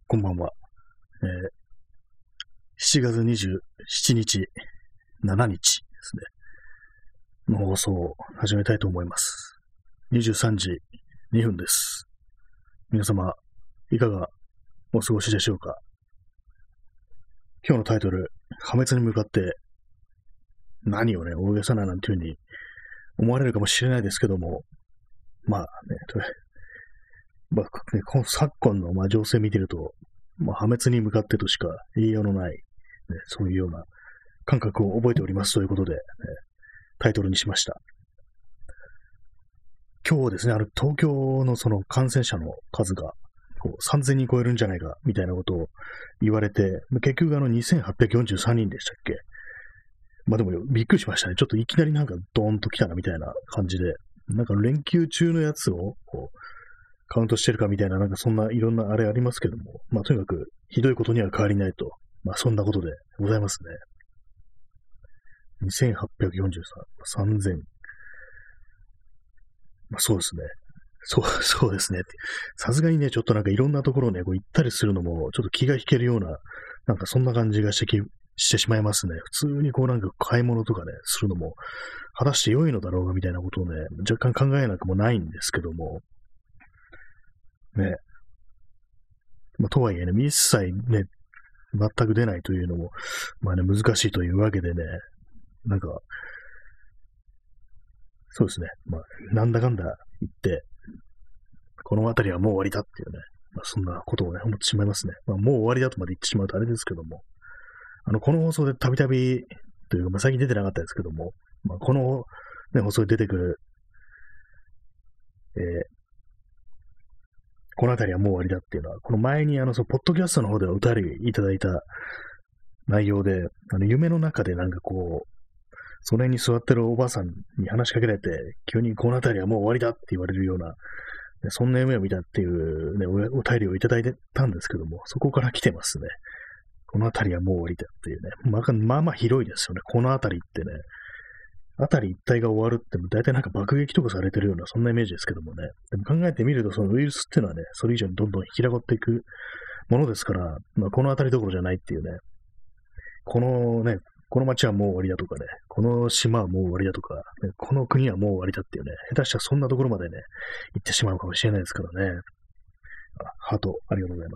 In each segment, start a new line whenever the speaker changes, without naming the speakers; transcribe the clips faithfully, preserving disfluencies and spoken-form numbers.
こんばんは。えー、しちがつにじゅうしちにち、しちにちですね。の放送を始めたいと思います。にじゅうさんじにふんです。皆様、いかがお過ごしでしょうか。今日のタイトル、破滅に向かって何をね、大げさななんていうふうに思われるかもしれないですけども、まあね、とまあね、この昨今のまあ情勢見てると、まあ、破滅に向かってとしか言いようのない、ね、そういうような感覚を覚えておりますということで、ね、タイトルにしました。今日ですね、あの東京のその感染者の数がこうさんぜんにん超えるんじゃないかみたいなことを言われて、結局あのにせんはっぴゃくよんじゅうさんにんでしたっけ。まあでもびっくりしましたね。ちょっといきなりなんかドーンと来たなみたいな感じで、なんか連休中のやつをこうカウントしてるかみたいな、なんかそんないろんなあれありますけども、まあとにかくひどいことには変わりないと、まあそんなことでございますね。にせんはっぴゃくよんじゅうさん、さんぜん。まあそうですね。そう、そうですね。さすがにね、ちょっとなんかいろんなところね、こう行ったりするのも、ちょっと気が引けるような、なんかそんな感じがしてき、してしまいますね。普通にこうなんか買い物とかね、するのも、果たして良いのだろうかみたいなことをね、若干考えなくもないんですけども、ね。まあ、とはいえね、一切ね、全く出ないというのも、まあね、難しいというわけでね、なんか、そうですね、まあ、なんだかんだ言って、この辺りはもう終わりだっていうね、まあ、そんなことをね、思ってしまいますね。まあ、もう終わりだとまで言ってしまうとあれですけども、あの、この放送でたびたび、というか、まあ、最近出てなかったですけども、まあ、この、ね、放送で出てくる、えーこの辺りはもう終わりだっていうのは、この前にあの、そう、ポッドキャストの方ではお便りいただいた内容で、あの、夢の中でなんかこう、その辺に座ってるおばあさんに話しかけられて、急にこの辺りはもう終わりだって言われるような、ね、そんな夢を見たっていうね、お、お便りをいただいてたんですけども、そこから来てますね。この辺りはもう終わりだっていうね。まあ、まあまあ広いですよね。この辺りってね。辺り一帯が終わるって、大体なんか爆撃とかされてるような、そんなイメージですけどもね。でも考えてみると、そのウイルスっていうのはね、それ以上にどんどん広がっていくものですから、まあ、この辺りどころじゃないっていうね、このね、この街はもう終わりだとかね、この島はもう終わりだとか、ね、この国はもう終わりだっていうね、下手したらそんなところまでね、行ってしまうかもしれないですからね。あ、ハート、ありがとうございます。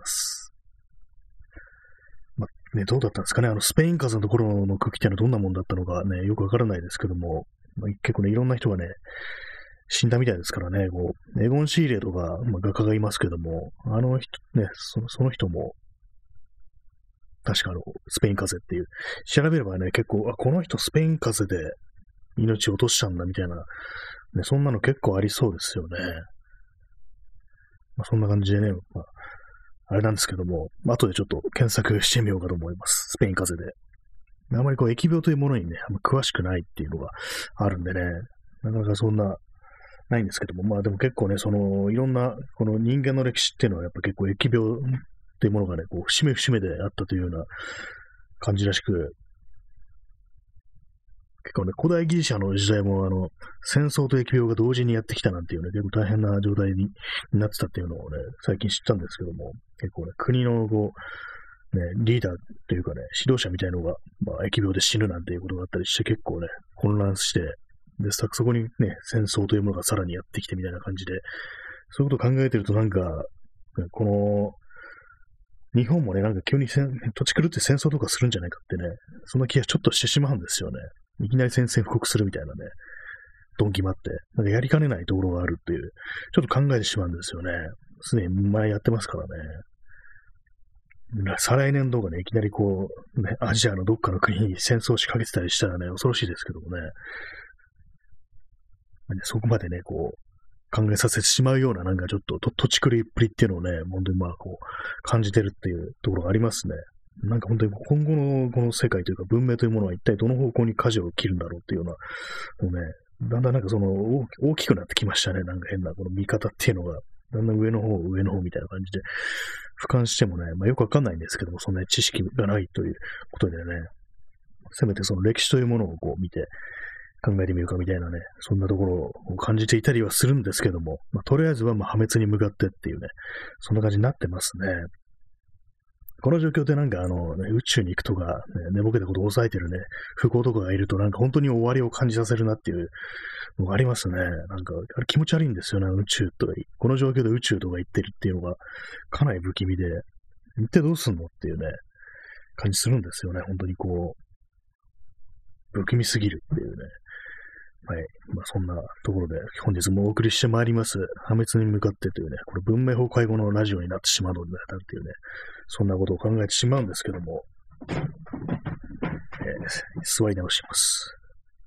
まあ、ね、どうだったんですかね、あの、スペイン風邪のところの空気っていうのはどんなもんだったのかね、よくわからないですけども、まあ、結構ね、いろんな人がね、死んだみたいですからね、こう、エゴン・シーレとか、まあ、画家がいますけども、あの人、ね、そのその人も、確かあの、スペイン風邪っていう、調べればね、結構、あ、この人スペイン風邪で命を落としたんだみたいな、ね、そんなの結構ありそうですよね。まあ、そんな感じでね、まあ、あれなんですけども、後でちょっと検索してみようかと思います。スペイン風邪で。あまりこう、疫病というものにね、あんま詳しくないっていうのがあるんでね、なかなかそんな、ないんですけども、まあでも結構ね、その、いろんな、この人間の歴史っていうのはやっぱ結構疫病っていうものがね、こう、節目節目であったというような感じらしく、結構ね、古代ギリシャの時代もあの、戦争と疫病が同時にやってきたなんていうね、結構大変な状態になってたっていうのをね、最近知ったんですけども、結構ね、国のこう、ね、リーダーというかね、指導者みたいのが、まあ、疫病で死ぬなんていうことがあったりして、結構ね、混乱して、で、そこにね、戦争というものがさらにやってきてみたいな感じで、そういうことを考えてるとなんか、この、日本もね、なんか急に土地狂って戦争とかするんじゃないかってね、そんな気がちょっとしてしまうんですよね。いきなり宣戦布告するみたいなね、ドン決まって、なんかやりかねないところがあるっていう、ちょっと考えてしまうんですよね。すでに前やってますからね。再来年とかね、いきなりこう、ね、アジアのどっかの国に戦争を仕掛けてたりしたらね、恐ろしいですけどもね。そこまでね、こう、考えさせてしまうような、なんかちょっと、と土地狂いっぷりっていうのをね、本当にまあ、こう、感じてるっていうところがありますね。なんか本当に今後のこの世界というか文明というものは一体どの方向に舵を切るんだろうっていうような、もうね、だんだんなんかその大きくなってきましたね。なんか変なこの見方っていうのが、だんだん上の方、上の方みたいな感じで、俯瞰してもね、まあよくわかんないんですけども、そんな知識がないということでね、せめてその歴史というものをこう見て、考えてみるかみたいなね、そんなところを感じていたりはするんですけども、まあ、とりあえずはまあ破滅に向かってっていうね、そんな感じになってますね。 この状況でなんかあの、ね、宇宙に行くとか、ね、寝ぼけたことを抑えてるね、不幸とかがいるとなんか本当に終わりを感じさせるなっていうのがありますね。なんか、あれ気持ち悪いんですよね、宇宙とか。この状況で宇宙とか行ってるっていうのがかなり不気味で、行ってどうすんのっていうね、感じするんですよね。本当にこう、不気味すぎるっていうね。はい。まあ、そんなところで、本日もお送りしてまいります。破滅に向かってというね、これ文明崩壊後のラジオになってしまうので、なんていうね、そんなことを考えてしまうんですけども、えー、座り直します。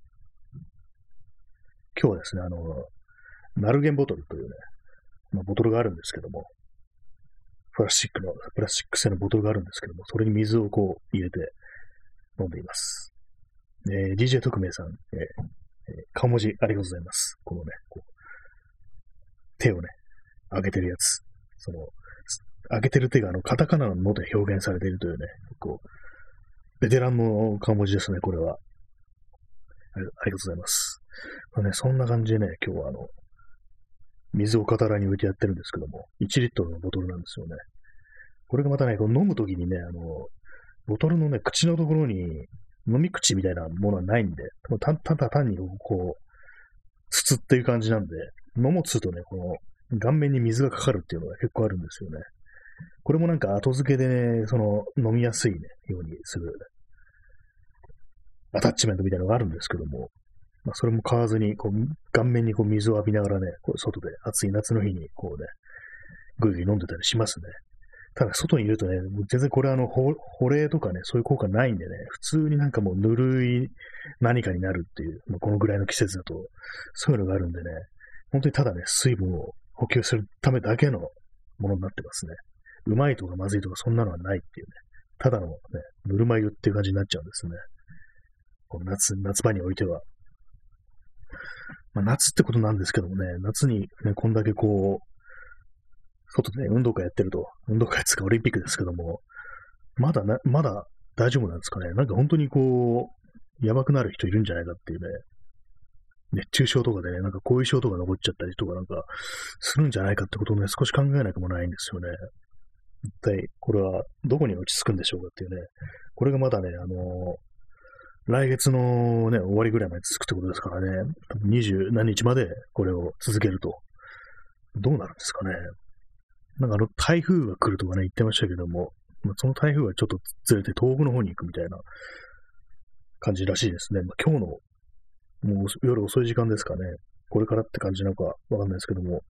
今日はですね、あの、ナルゲンボトルというね、まあ、ボトルがあるんですけども、プラスチックの、プラスチック製のボトルがあるんですけども、それに水をこう入れて飲んでいます。えー、ディージェー 特命さん、えー顔文字ありがとうございます。このね、こう手をね、上げてるやつ。その、上げてる手があの、カタカナのので表現されているというね、こう、ベテランの顔文字ですね、これは。あり、ありがとうございます。まあね、そんな感じでね、今日はあの、水を片らに置いてやってるんですけども、いちリットルのボトルなんですよね。これがまたね、こう飲むときにね、あの、ボトルのね、口のところに、飲み口みたいなものはないんで、たただ単にこう、筒っていう感じなんで、飲もうとするとね、この顔面に水がかかるっていうのが結構あるんですよね。これもなんか後付けでね、その飲みやすいね、ようにするアタッチメントみたいなのがあるんですけども、まあ、それも買わずに、こう、顔面にこう水を浴びながらね、こう外で暑い夏の日にこうね、ぐいぐい飲んでたりしますね。ただ、外にいるとね、全然これあの、保冷とかね、そういう効果ないんでね、普通になんかもうぬるい何かになるっていう、まあ、このぐらいの季節だと、そういうのがあるんでね、本当にただね、水分を補給するためだけのものになってますね。うまいとかまずいとかそんなのはないっていうね、ただのね、ぬるま湯っていう感じになっちゃうんですね。この夏、夏場においては。まあ、夏ってことなんですけどもね、夏にね、こんだけこう、外でね、運動会やってると、運動会つかオリンピックですけども、まだな、まだ大丈夫なんですかね。なんか本当にこう、やばくなる人いるんじゃないかっていうね、熱中症とかでね、なんか後遺症とか残っちゃったりとかなんか、するんじゃないかってことをね、少し考えなくもないんですよね。一体、これはどこに落ち着くんでしょうかっていうね、これがまだね、あのー、来月のね、終わりぐらいまで続くってことですからね、二十何日までこれを続けると、どうなるんですかね。なんかあの、台風が来るとかね、言ってましたけども、まあ、その台風はちょっとずれて東北の方に行くみたいな感じらしいですね。まあ、今日の、もう夜遅い時間ですかね。これからって感じなのかわかんないですけども、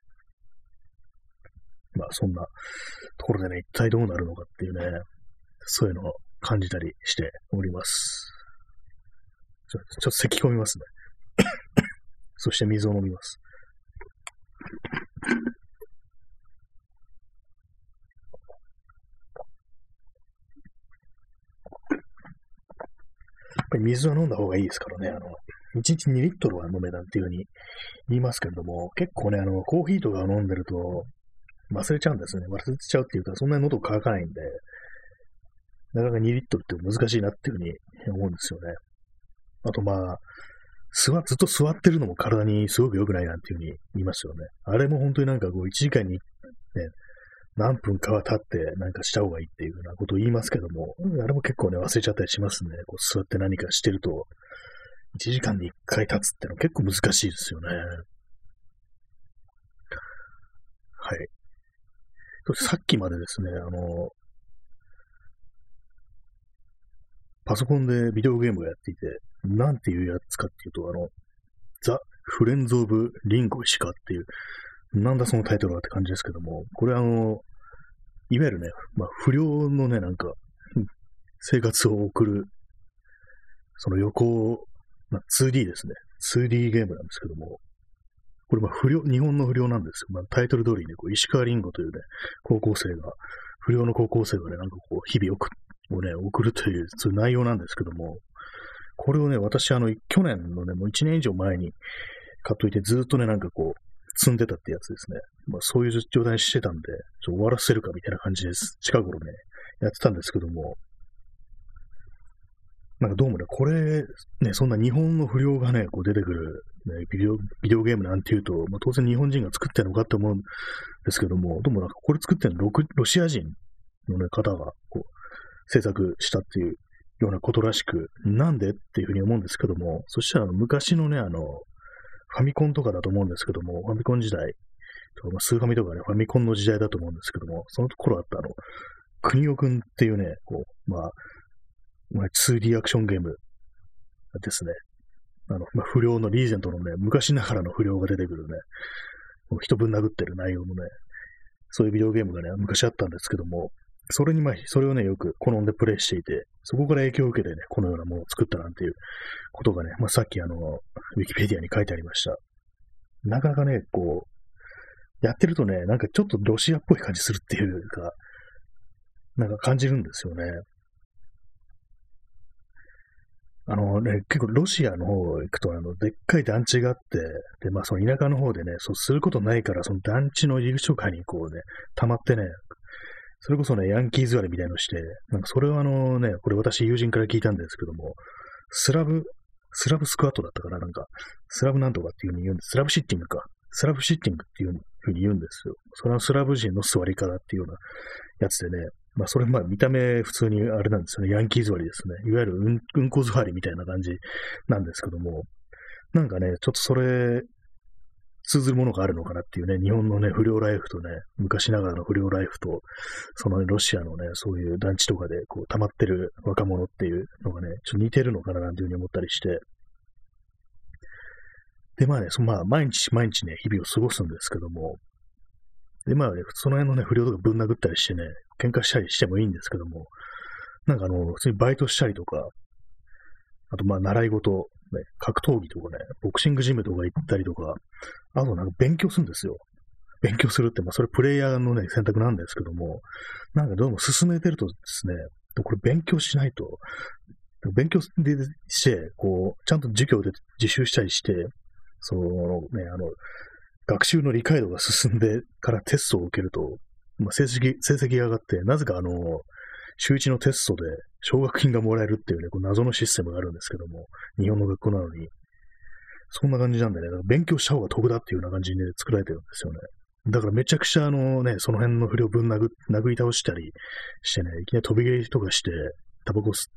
まあそんなところでね、一体どうなるのかっていうね、そういうのを感じたりしております。ちょっと咳込みますね。そして水を飲みます。やっぱり水は飲んだ方がいいですからね。あの、いちにちにリットルは飲めなんていうふうに言いますけれども、結構ね、あの、コーヒーとかを飲んでると忘れちゃうんですね。忘れちゃうっていうか、そんなに喉乾かないんで、なかなかにリットルって難しいなっていうふうに思うんですよね。あとまあ、座、ずっと座ってるのも体にすごく良くないなんていうふうに言いますよね。あれも本当になんかこういちじかんにね、何分かは経ってなんかした方がいいっていうふうなことを言いますけども、あれも結構ね、忘れちゃったりしますね。こう座って何かしてると、いちじかんにいっかい経つってのは結構難しいですよね。はい。さっきまでですね、あの、パソコンでビデオゲームをやっていて、なんていうやつかっていうと、あの、ザ・フレンズ・オブ・リンゴシカっていう、なんだそのタイトルはって感じですけども、これあの、いわゆるね、まあ、不良のね、なんか、生活を送る、その横、まあ、ツーディー ですね。ツーディー ゲームなんですけども、これまあ不良、日本の不良なんですよ。まあ、タイトル通りね、こう石川林吾というね、高校生が、不良の高校生がね、なんかこう、日々送をね、送るという、そういう内容なんですけども、これをね、私、あの、去年のね、もういちねん以上前に買っといて、ずっとね、なんかこう、積んでたってやつですね。まあ、そういう状態にしてたんで、ちょ終わらせるかみたいな感じです。近頃ね、やってたんですけども、なんかどうもね、これ、ね、そんな日本の不良がね、こう出てくる、ね、ビデオ、ビデオゲームなんていうと、まあ、当然日本人が作ってるのかって思うんですけども、どうもなんかこれ作ってるのロロシア人の、ね、方がこう制作したっていうようなことらしく、なんでっていうふうに思うんですけども、そしたらあの昔のね、あの、ファミコンとかだと思うんですけども、ファミコン時代、スーファミとかね、ファミコンの時代だと思うんですけども、その頃あったあの、クニオくんっていうね、こう、まあ、まあ、ツーディー アクションゲームですね。あの、まあ、不良のリーゼントのね、昔ながらの不良が出てくるね、もう人ぶん殴ってる内容のね、そういうビデオゲームがね、昔あったんですけども、それにまあ、それをね、よく好んでプレイしていて、そこから影響を受けてね、このようなものを作ったなんていうことがね、まあ、さっきあの、ウィキペディアに書いてありました。なかなかね、こう、やってるとね、なんかちょっとロシアっぽい感じするっていうか、なんか感じるんですよね。あのね、結構ロシアの方行くと、あの、でっかい団地があって、で、まあその田舎の方でね、そうすることないから、その団地の入り口とかにこうね、溜まってね、それこそね、ヤンキー座りみたいのして、なんかそれはあのね、これ私友人から聞いたんですけども、スラブ、スラブスクワットだったかな、なんか、スラブなんとかっていう風に言うんです。スラブシッティングか。スラブシッティングっていう風に言うんですよ。それはスラブ人の座り方っていうようなやつでね、まあそれまあ見た目普通にあれなんですよね。ヤンキー座りですね。いわゆるうん、うんこ座りみたいな感じなんですけども、なんかね、ちょっとそれ、通ずるものがあるのかなっていうね、日本のね、不良ライフとね、昔ながらの不良ライフと、その、ね、ロシアのね、そういう団地とかでこう溜まってる若者っていうのがね、ちょっと似てるのかななんていうふうに思ったりして、で、まあね、そまあ、毎日毎日ね、日々を過ごすんですけども、で、まあね、その辺のね、不良とかぶん殴ったりしてね、喧嘩したりしてもいいんですけども、なんかあの、普通にバイトしたりとか、あとまあ、習い事、ね、格闘技とかね、ボクシングジムとか行ったりとか、あとなんか勉強するんですよ。勉強するって、まあ、それプレイヤーのね、選択なんですけども、なんかどうも進めてるとですね、これ勉強しないと、勉強でして、こう、ちゃんと授業で自習したりして、そのね、あの、学習の理解度が進んでからテストを受けると、まあ、成績、成績が上がって、なぜかあの、週一のテストで奨学金がもらえるっていうね、こう謎のシステムがあるんですけども、日本の学校なのに、そんな感じなんでね、勉強した方が得だっていうような感じに、ね、作られてるんですよね。だからめちゃくちゃあのね、その辺の不良ぶん殴殴り倒したりしてね、いきなり飛び蹴りとかして、タバコ吸って、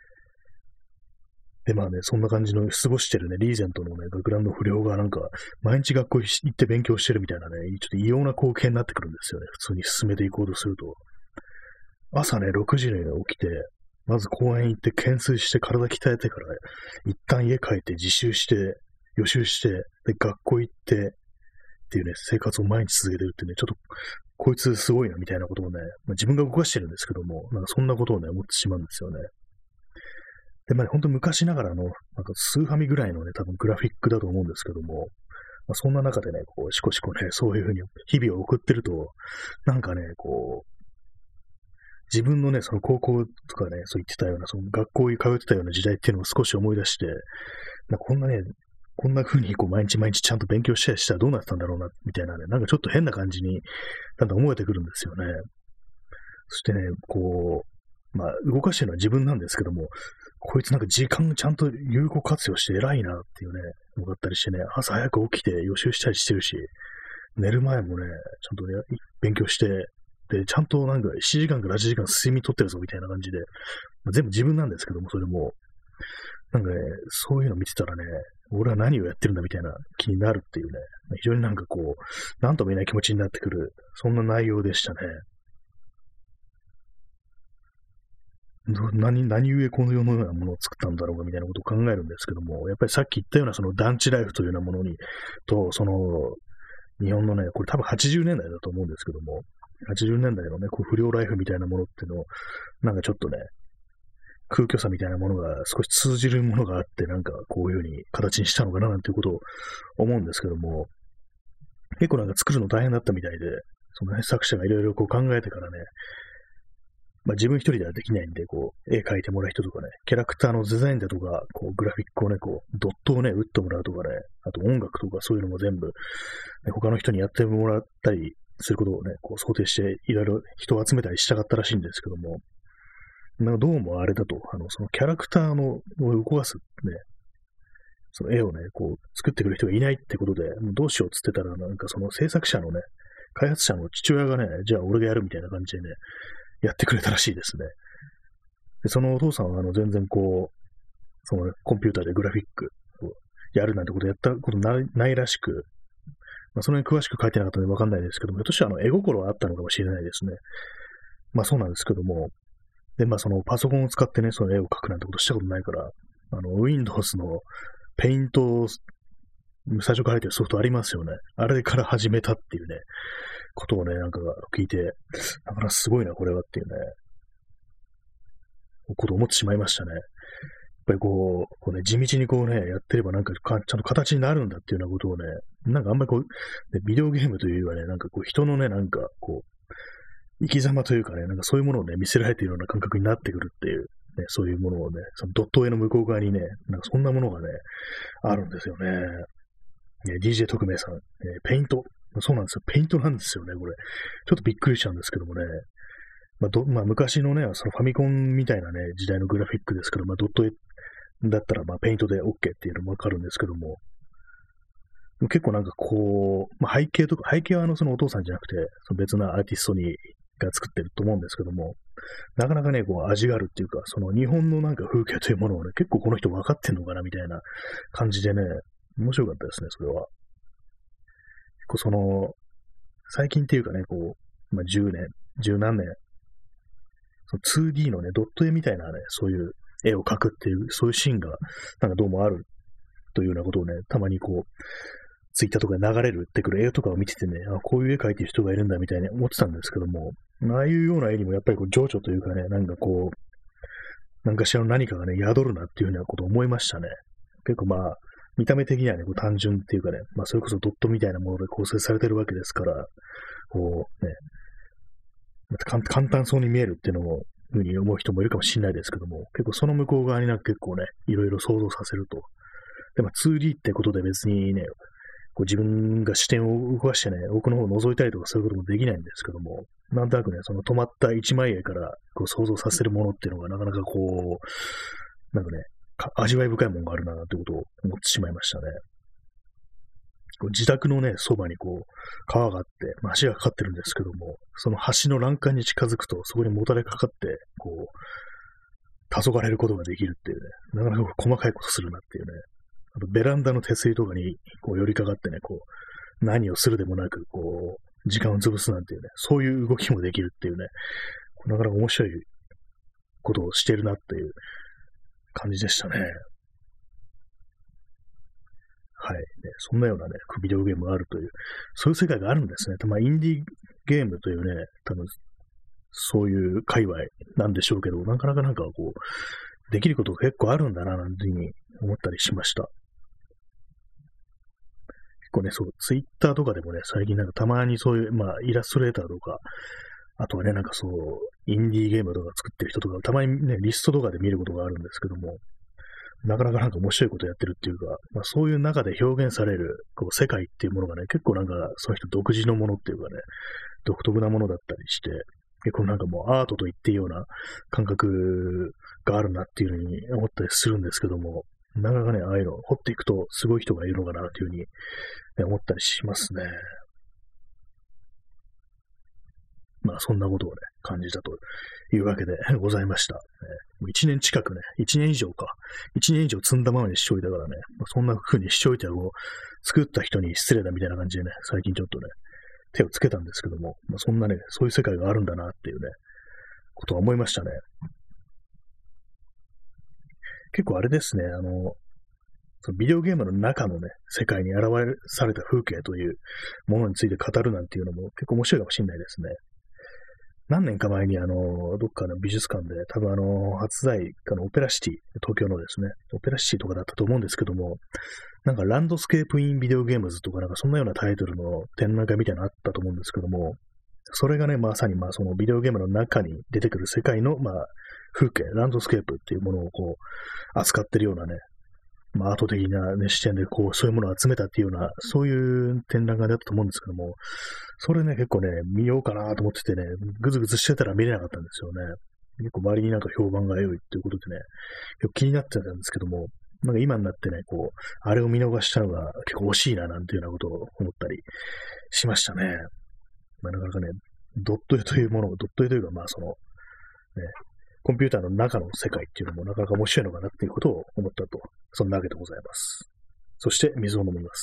でまあね、そんな感じの過ごしてるね、リーゼントのね、学ランの不良がなんか、毎日学校行って勉強してるみたいなね、ちょっと異様な光景になってくるんですよね。普通に進めていこうとすると。朝ね、ろくじに起きて、まず公園行って懸垂して体鍛えてから、一旦家帰って自習して、予習して、で、学校行って、っていうね、生活を毎日続けてるってね、ちょっと、こいつすごいな、みたいなことをね、まあ、自分が動かしてるんですけども、なんかそんなことをね、思ってしまうんですよね。で、まあ、ほんと昔ながらの、なんかスーファミぐらいのね、多分グラフィックだと思うんですけども、まあ、そんな中でね、こう、しこしこね、そういうふうに日々を送ってると、なんかね、こう、自分のね、その高校とかね、そう言ってたような、その学校に通ってたような時代っていうのを少し思い出して、なんかこんなね、こんな風にこう毎日毎日ちゃんと勉強したりしたらどうなってたんだろうな、みたいなね、なんかちょっと変な感じに、だんだん思えてくるんですよね。そしてね、こう、まあ、動かしてるのは自分なんですけども、こいつなんか時間ちゃんと有効活用して偉いなっていうね、のがあったりしてね、朝早く起きて予習したりしてるし、寝る前もね、ちゃんとね、勉強して、で、ちゃんとなんかしちじかんからはちじかん睡眠取ってるぞみたいな感じで、まあ、全部自分なんですけども、それも、なんかね、そういうの見てたらね、俺は何をやってるんだみたいな気になるっていうね、非常になんかこう、なんとも言えない気持ちになってくる、そんな内容でしたね。何、何故この世のようなものを作ったんだろうかみたいなことを考えるんですけども、やっぱりさっき言ったようなその団地ライフというようなものに、と、その、日本のね、これ多分はちじゅうねんだいだと思うんですけども、はちじゅうねんだいのね、こう不良ライフみたいなものっていうのを、なんかちょっとね、空虚さみたいなものが少し通じるものがあって、なんかこういうふうに形にしたのかななんていうことを思うんですけども、結構なんか作るの大変だったみたいで、そのね、作者がいろいろこう考えてからね、まあ自分一人ではできないんで、こう、絵描いてもらう人とかね、キャラクターのデザインだとか、こう、グラフィックをね、こう、ドットをね、打ってもらうとかね、あと音楽とかそういうのも全部、ね、他の人にやってもらったりすることをね、こう、想定して、いろいろ人を集めたりしたかったらしいんですけども、なんかどうもあれだと、あの、そのキャラクターの、を動かすね、その絵をね、こう、作ってくる人がいないってことで、どうしようっつってたら、なんかその制作者のね、開発者の父親がね、じゃあ俺がやるみたいな感じでね、やってくれたらしいですね。 で、そのお父さんはあの全然こう、その、ね、コンピューターでグラフィックをやるなんてことやったことない、ないらしく、まあ、その辺詳しく書いてなかったのでわかんないですけども、ひょっとしたらあの、絵心はあったのかもしれないですね。まあそうなんですけども、で、まあそのパソコンを使ってね、その絵を描くなんてことしたことないから、あの、Windows のペイントを最初から入ってるソフトありますよね。あれから始めたっていうね、ことをね、なんか聞いて、だからすごいな、これはっていうね、ことを思ってしまいましたね。やっぱりこう、こうね、地道にこうね、やってればなんかかちゃんと形になるんだっていうようなことをね、なんかあんまりこう、ね、ビデオゲームというよりはね、なんかこう人のね、なんかこう、生き様というかね、なんかそういうものをね、見せられているような感覚になってくるっていう、ね、そういうものをね、そのドット絵の向こう側にね、なんかそんなものがね、あるんですよね。ね ディージェー 特命さん、えー、ペイント。そうなんですよ。ペイントなんですよね、これ。ちょっとびっくりしたんですけどもね。まあどまあ、昔のね、そのファミコンみたいなね、時代のグラフィックですけど、まあ、ドット絵だったら、まあ、ペイントで OK っていうのもわかるんですけども、結構なんかこう、まあ、背景とか、背景はあの、そのお父さんじゃなくて、その別なアーティストに、が作ってると思うんですけども、なかなかね、こう、味があるっていうか、その日本のなんか風景というものをね、結構この人分かってんのかな、みたいな感じでね、面白かったですね、それは。結構その、最近っていうかね、こう、まあ、じゅうねん、十何年、その ツーディー のね、ドット絵みたいなね、そういう絵を描くっていう、そういうシーンが、なんかどうもあるというようなことをね、たまにこう、ツイッターとかで流れるってくる絵とかを見ててね、あ、こういう絵描いてる人がいるんだみたいに思ってたんですけども、ああいうような絵にもやっぱりこう情緒というかね、なんかこう、なんかしらの何かがね、宿るなっていうようなことを思いましたね。結構まあ、見た目的にはね、こう単純っていうかね、まあそれこそドットみたいなもので構成されてるわけですから、こうね、簡単そうに見えるっていうのも、ふうに思う人もいるかもしれないですけども、結構その向こう側になんか結構ね、いろいろ想像させると。でも ツーディー ってことで別にね、こう自分が視点を動かしてね、奥の方を覗いたりとかそういうこともできないんですけども、なんとなくね、その止まった一枚絵からこう想像させるものっていうのがなかなかこう、なんかね、味わい深いものがあるなということを思ってしまいましたね。こう自宅のね、そばにこう、川があって、まあ、橋がかかってるんですけども、その橋の欄干に近づくと、そこにもたれかかって、こう、黄昏れることができるっていうね、なかなか細かいことするなっていうね、あとベランダの手すりとかにこう寄りかかってね、こう、何をするでもなく、こう、時間を潰すなんていうね、そういう動きもできるっていうね、なかなか面白いことをしてるなっていう感じでしたね。はい、ね。そんなようなね、ビデオゲームがあるという、そういう世界があるんですね。まあ、インディーゲームというね、多分、そういう界隈なんでしょうけど、なかなかなんかこう、できることが結構あるんだな、なんていうふうに思ったりしました。結構ね、そう、ツイッターとかでもね、最近なんかたまにそういう、まあ、イラストレーターとか、あとはね、なんかそう、インディーゲームとか作ってる人とか、たまにね、リストとかで見ることがあるんですけども、なかなかなんか面白いことやってるっていうか、まあ、そういう中で表現されるこう世界っていうものがね、結構なんかその人独自のものっていうかね、独特なものだったりして、結構なんかもうアートと言っていいような感覚があるなっていうふうに思ったりするんですけども、なかなかね、ああいうのを掘っていくとすごい人がいるのかなというふうに、ね、思ったりしますね。まあそんなことをね、感じたというわけでございました。ね、もう一年近くね、一年以上か。一年以上積んだままにしといたからね、まあ、そんな風にしといてこう、作った人に失礼だみたいな感じでね、最近ちょっとね、手をつけたんですけども、まあ、そんなね、そういう世界があるんだなっていうね、ことは思いましたね。結構あれですね、あの、そのビデオゲームの中のね、世界に現れされた風景というものについて語るなんていうのも結構面白いかもしれないですね。何年か前に、あの、どっかの美術館で、多分あの、初代かのオペラシティ、東京のですね、オペラシティとかだったと思うんですけども、なんかランドスケープインビデオゲームズとかなんかそんなようなタイトルの展覧会みたいなのあったと思うんですけども、それがね、まさにまあそのビデオゲームの中に出てくる世界のまあ風景、ランドスケープっていうものをこう扱ってるようなね、まあ、アート的な、ね、視点でこう、そういうものを集めたっていうような、そういう展覧会だったと思うんですけども、それね、結構ね、見ようかなと思っててね、ぐずぐずしてたら見れなかったんですよね。結構周りになんか評判が良いっていうことでね、結構気になってたんですけども、なんか今になってね、こう、あれを見逃したのが結構惜しいななんていうようなことを思ったりしましたね。まあ、なかなかね、ドット絵というものを、ドット絵というか、まあその、ね、 コンピューターの中の世界っていうのもなかなか面白いのかなっていうことを思ったと、そんなわけでございます。そして水を飲みます。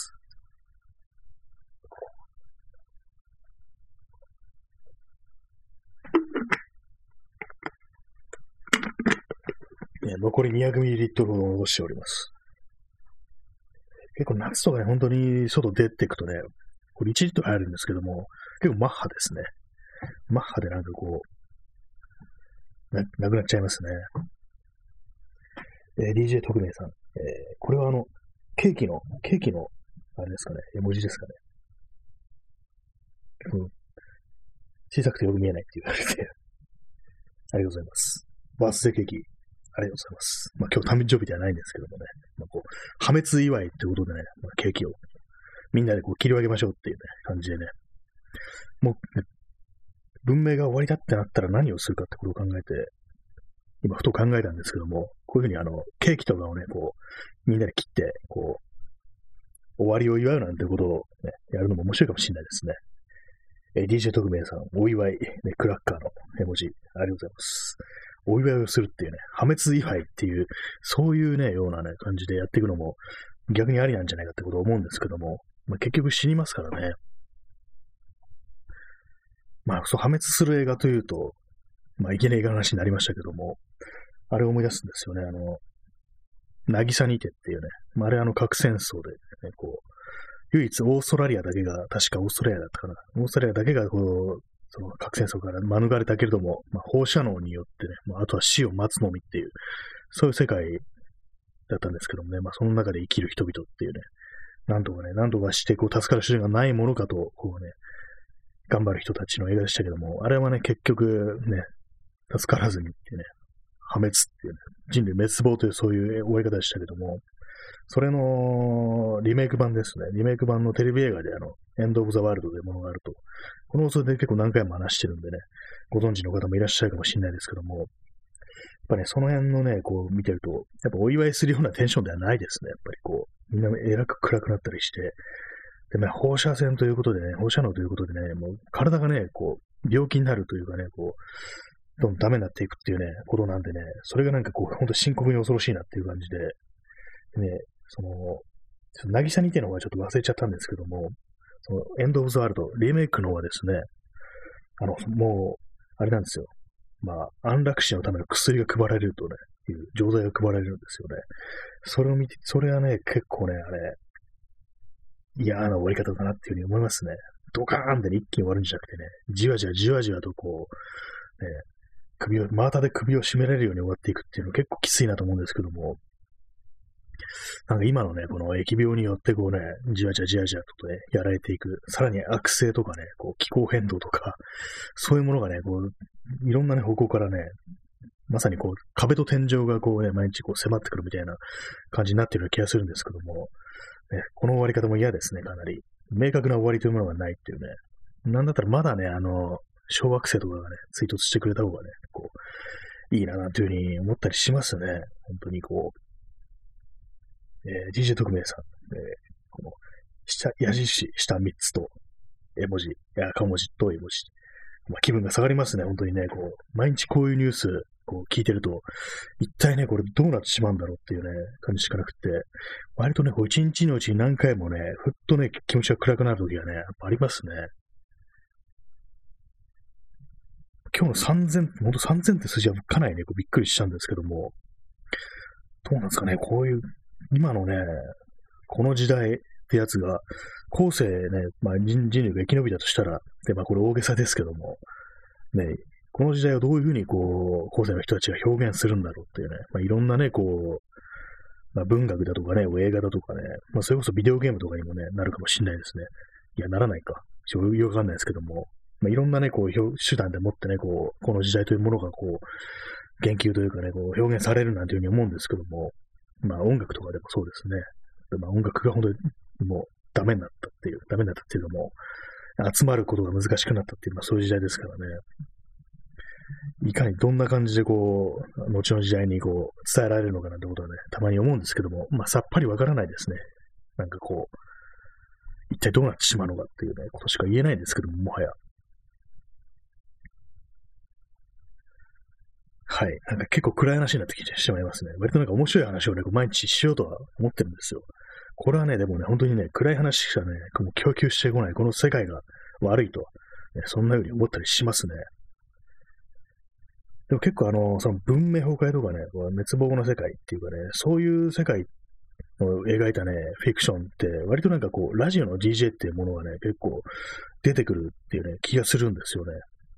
残り にひゃくミリリットル ほど残しております。結構夏とかね、本当に外出ていくとね、これいちリットル入るんですけども、結構マッハですね。マッハでなんかこう、な、なくなっちゃいますね。えー、ディージェー 特命さん。えー、これはあの、ケーキの、ケーキの、あれですかね、絵文字ですかね。うん、小さくてよく見えないって言われて、ありがとうございます。バースデーケーキ、ありがとうございます。まあ今日誕生日ではないんですけどもね、まあ、こう破滅祝いってことでね、まあ、ケーキをみんなでこう切り分けましょうっていうね、感じでね、もう、ね、文明が終わりだってなったら何をするかってことを考えて、今ふと考えたんですけども、こういうふうにあの、ケーキとかをね、こう、みんなで切って、こう、終わりを祝うなんてことをね、やるのも面白いかもしれないですね。えー、ディージェー 特命さん、お祝い、ね、クラッカーの絵文字、ありがとうございます。お祝いをするっていうね、破滅祝いっていう、そういうね、ようなね、感じでやっていくのも逆にありなんじゃないかってことを思うんですけども、まあ、結局死にますからね。まあ、そう、破滅する映画というと、まあ、いけない映画の話になりましたけども、あれを思い出すんですよね、あの、渚にてっていうね、まあ、あれあの核戦争で、ね、こう、唯一オーストラリアだけが、確かオーストラリアだったかな、オーストラリアだけがこう、その核戦争から免れたけれども、まあ、放射能によってね、まあ、あとは死を待つのみっていう、そういう世界だったんですけどもね、まあ、その中で生きる人々っていうね、なんとかね、なんとかしてこう助かる手段がないものかと、こうね、頑張る人たちの映画でしたけども、あれはね、結局ね、助からずにっていうね、破滅っていうね、人類滅亡というそういう終わり方でしたけども、それのリメイク版ですね。リメイク版のテレビ映画であの、エンド・オブ・ザ・ワールドというものがあると。この放送で結構何回も話してるんでね、ご存知の方もいらっしゃるかもしれないですけども、やっぱね、その辺のね、こう見てると、やっぱお祝いするようなテンションではないですね。やっぱりこう、みんなえらく暗くなったりして、でね、放射線ということでね、放射能ということでね、もう体がね、こう、病気になるというかね、こう、どんどんダメになっていくっていうね、ことなんでね、それがなんかこう、ほんと深刻に恐ろしいなっていう感じで、でね、その、ちょっと渚にての方はちょっと忘れちゃったんですけども、その、エンド・オブ・ザ・ワールド、リメイクの方はですね、あの、もう、あれなんですよ。まあ、安楽死のための薬が配られるとね、いう錠剤が配られるんですよね。それを見て、それはね、結構ね、あれ、嫌な終わり方だなっていうふうに思いますね。ドカーンって、ね、一気に終わるんじゃなくてね、じわじわじわじわとこう、ね、首を、真綿で首を絞められるように終わっていくっていうの結構きついなと思うんですけども、なんか今のね、この疫病によってこうね、じわじわじわじわとね、やられていく、さらに悪性とかね、こう気候変動とか、そういうものがね、こう、いろんなね、方向からね、まさにこう、壁と天井がこうね、毎日こう迫ってくるみたいな感じになっているような気がするんですけども、ね、この終わり方も嫌ですね、かなり。明確な終わりというものがないっていうね。なんだったらまだね、あの、小惑星とかがね、追突してくれた方がね、こう、いいな、なんていうふうに思ったりしますね。本当にこう、えー、ディージェー 特命さん、えー、この、下、矢印、下みっつと、絵文字、や、顔文字と絵文字。まあ、気分が下がりますね、本当にね、こう、毎日こういうニュース、こう聞いてると、一体ね、これどうなってしまうんだろうっていうね、感じしかなくて、割とね、こう一日のうちに何回もね、ふっとね、気持ちが暗くなる時がね、やっぱありますね。今日のさんぜん、ほんとさんぜんって数字はかなりね、こうびっくりしたんですけども、どうなんですかね、こういう、今のね、この時代ってやつが、後世ね、まあ人人類が生き延びたとしたら、で、まあこれ大げさですけども、ね、この時代をどういうふうにこう、後世の人たちが表現するんだろうっていうね、まあいろんなね、こう、まあ文学だとかね、映画だとかね、まあそれこそビデオゲームとかにもね、なるかもしれないですね。いや、ならないか。ちょっとよくわかんないですけども、まあいろんなね、こう、手段でもってね、こう、この時代というものがこう、言及というかね、こう表現されるなんていうふうに思うんですけども、まあ音楽とかでもそうですね。まあ音楽が本当にもうダメになったっていう、ダメになったっていうのも、集まることが難しくなったっていう、まあそういう時代ですからね。いかにどんな感じでこう、後の時代にこう、伝えられるのかなってことはね、たまに思うんですけども、まあさっぱりわからないですね。なんかこう、一体どうなってしまうのかっていうね、ことしか言えないんですけども、もはや。 はい。なんか結構暗い話になってきてしまいますね。割となんか面白い話をね、こう毎日しようとは思ってるんですよ。これはね、でもね、本当にね、暗い話しかね、もう供給してこない、この世界が悪いと、ね、そんな風に思ったりしますね。でも結構あの、その文明崩壊とかね、こう滅亡の世界っていうかね、そういう世界を描いたね、フィクションって、割となんかこう、ラジオの ディージェー っていうものがね、結構出てくるっていうね、気がするんですよね。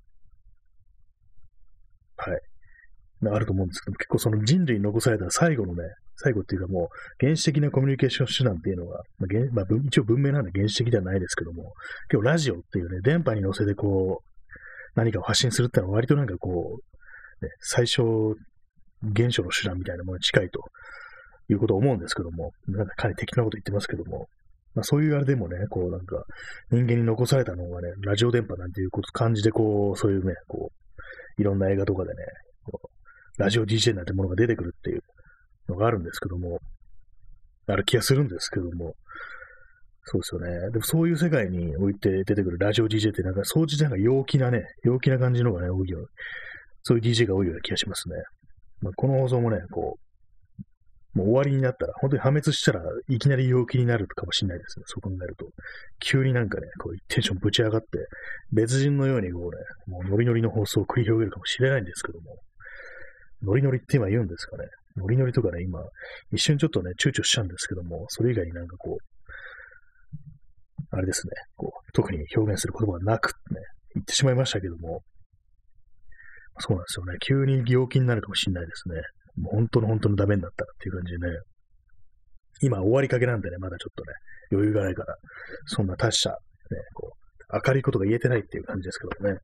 はい。あると思うんですけど、結構その人類に残された最後のね、最後っていうかもう原始的なコミュニケーション手段っていうのは、まあ原まあ、一応文明なんで原始的ではないですけども、今日ラジオっていうね、電波に乗せてこう、何かを発信するってのは割となんかこう、ね、最小現象の手段みたいなものに近いということを思うんですけども、なんかかなり適当なこと言ってますけども、まあ、そういうあれでもね、こうなんか人間に残されたのがね、ラジオ電波なんていうこと感じでこう、そういうね、こう、いろんな映画とかでね、こうラジオ ディージェー なんてものが出てくるっていうのがあるんですけども、ある気がするんですけども、そうですよね。でもそういう世界において出てくるラジオ ディージェー ってなんか、総じてなんか陽気なね、陽気な感じのがね、多いような、そういう ディージェー が多いような気がしますね。まあ、この放送もね、こう、もう終わりになったら、本当に破滅したらいきなり陽気になるかもしれないですね。そう考えると。急になんかね、こうテンションぶち上がって、別人のようにこうね、もうノリノリの放送を繰り広げるかもしれないんですけども、ノリノリって今言うんですかね。ノリノリとかね、今、一瞬ちょっとね、躊躇しちゃうんですけども、それ以外になんかこう、あれですね、こう、特に表現する言葉がなくね、言ってしまいましたけども、そうなんですよね。急に陽気になるかもしれないですね。もう本当の本当のダメになったらっていう感じでね、今終わりかけなんでね、まだちょっとね、余裕がないから、そんな達者、ね、こう、明るいことが言えてないっていう感じですけどもね。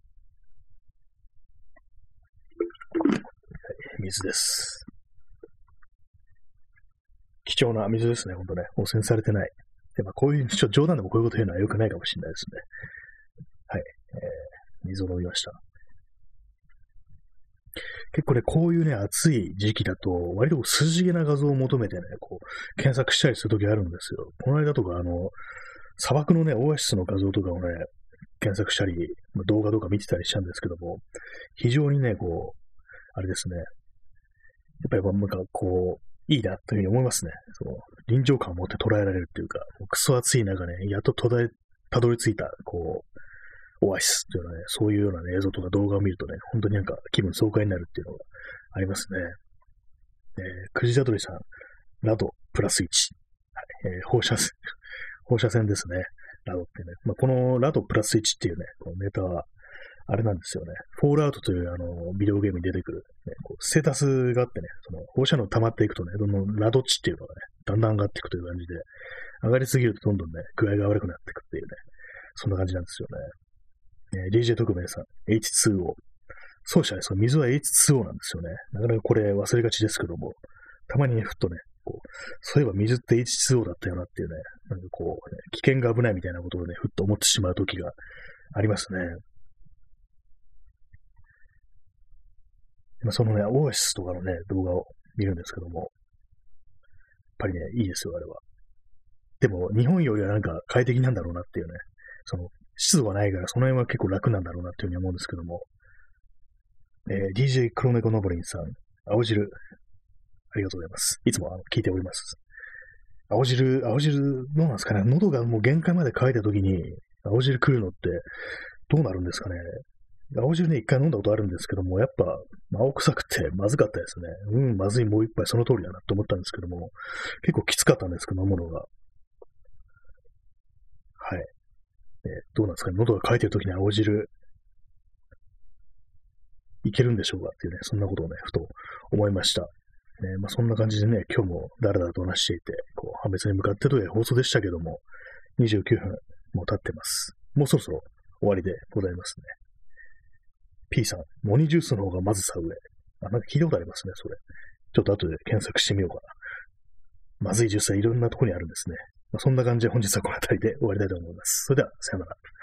はい、水です。貴重な水ですね、ほんとね。汚染されてない。で、まあ、こういう、ちょっと冗談でもこういうこと言うのは良くないかもしれないですね。はい。えー、水を飲みました。結構ね、こういうね、暑い時期だと、割と涼しげな画像を求めてね、こう、検索したりするときあるんですよ。この間とか、あの、砂漠のね、オアシスの画像とかをね、検索したり、まあ、動画とか見てたりしたんですけども、非常にね、こう、あれですね、やっぱりなんかこう、いいなというふうに思いますね。その臨場感を持って捉えられるっていうか、もうクソ暑い中ね、やっとたどりたどり着いた、こう、オアシスっていうのはね、そういうような、ね、映像とか動画を見るとね、本当になんか気分爽快になるっていうのがありますね。えー、くじだとりさん、ラドプラスいち。はい、えー、放射線、放射線ですね。ラドってね。まあ、このラドプラスいちっていうね、このネタは、あれなんですよね。フォールアウトというあのビデオゲームに出てくる、ね、こうステータスがあってね、その放射能溜まっていくとね、どんどんラド値っていうのがね、だんだん上がっていくという感じで、上がりすぎるとどんどんね、具合が悪くなっていくっていうね、そんな感じなんですよね。えー、ディージェー 特命さん、エイチツーオー。そうでしたね、その水は エイチツーオー なんですよね。なかなかこれ忘れがちですけども、たまにね、ふっとね、こう、そういえば水って エイチツーオー だったよなっていうね、なんかこう、ね、危険が危ないみたいなことをね、ふっと思ってしまう時がありますね。そのね、オアシスとかのね、動画を見るんですけども、やっぱりね、いいですよ、あれは。でも、日本よりはなんか快適なんだろうなっていうね、その、湿度がないから、その辺は結構楽なんだろうなっていうふうに思うんですけども、えー、ディージェー 黒猫のぼりんさん、青汁、ありがとうございます。いつもあの聞いております。青汁、青汁、どうなんですかね、喉がもう限界まで乾いた時に、青汁来るのって、どうなるんですかね。青汁ね、一回飲んだことあるんですけども、やっぱ、青臭くてまずかったですね。うん、まずい、もう一杯その通りだなと思ったんですけども、結構きつかったんですけど、飲むのが。はい。えー、どうなんですかね、喉が渇いてる時に青汁、いけるんでしょうかっていうね、そんなことをね、ふと思いました。ね、まあ、そんな感じでね、今日もだらだらと話していて、こう、破滅に向かってという放送でしたけども、にじゅうきゅうふんもう経ってます。もうそろそろ終わりでございますね。P さん、モニジュースの方がまずさ上。あ、なんか聞いたことありますね、それ。ちょっと後で検索してみようかな。まずいジュースはいろんなところにあるんですね。まあ、そんな感じで本日はこの辺りで終わりたいと思います。それでは、さよなら。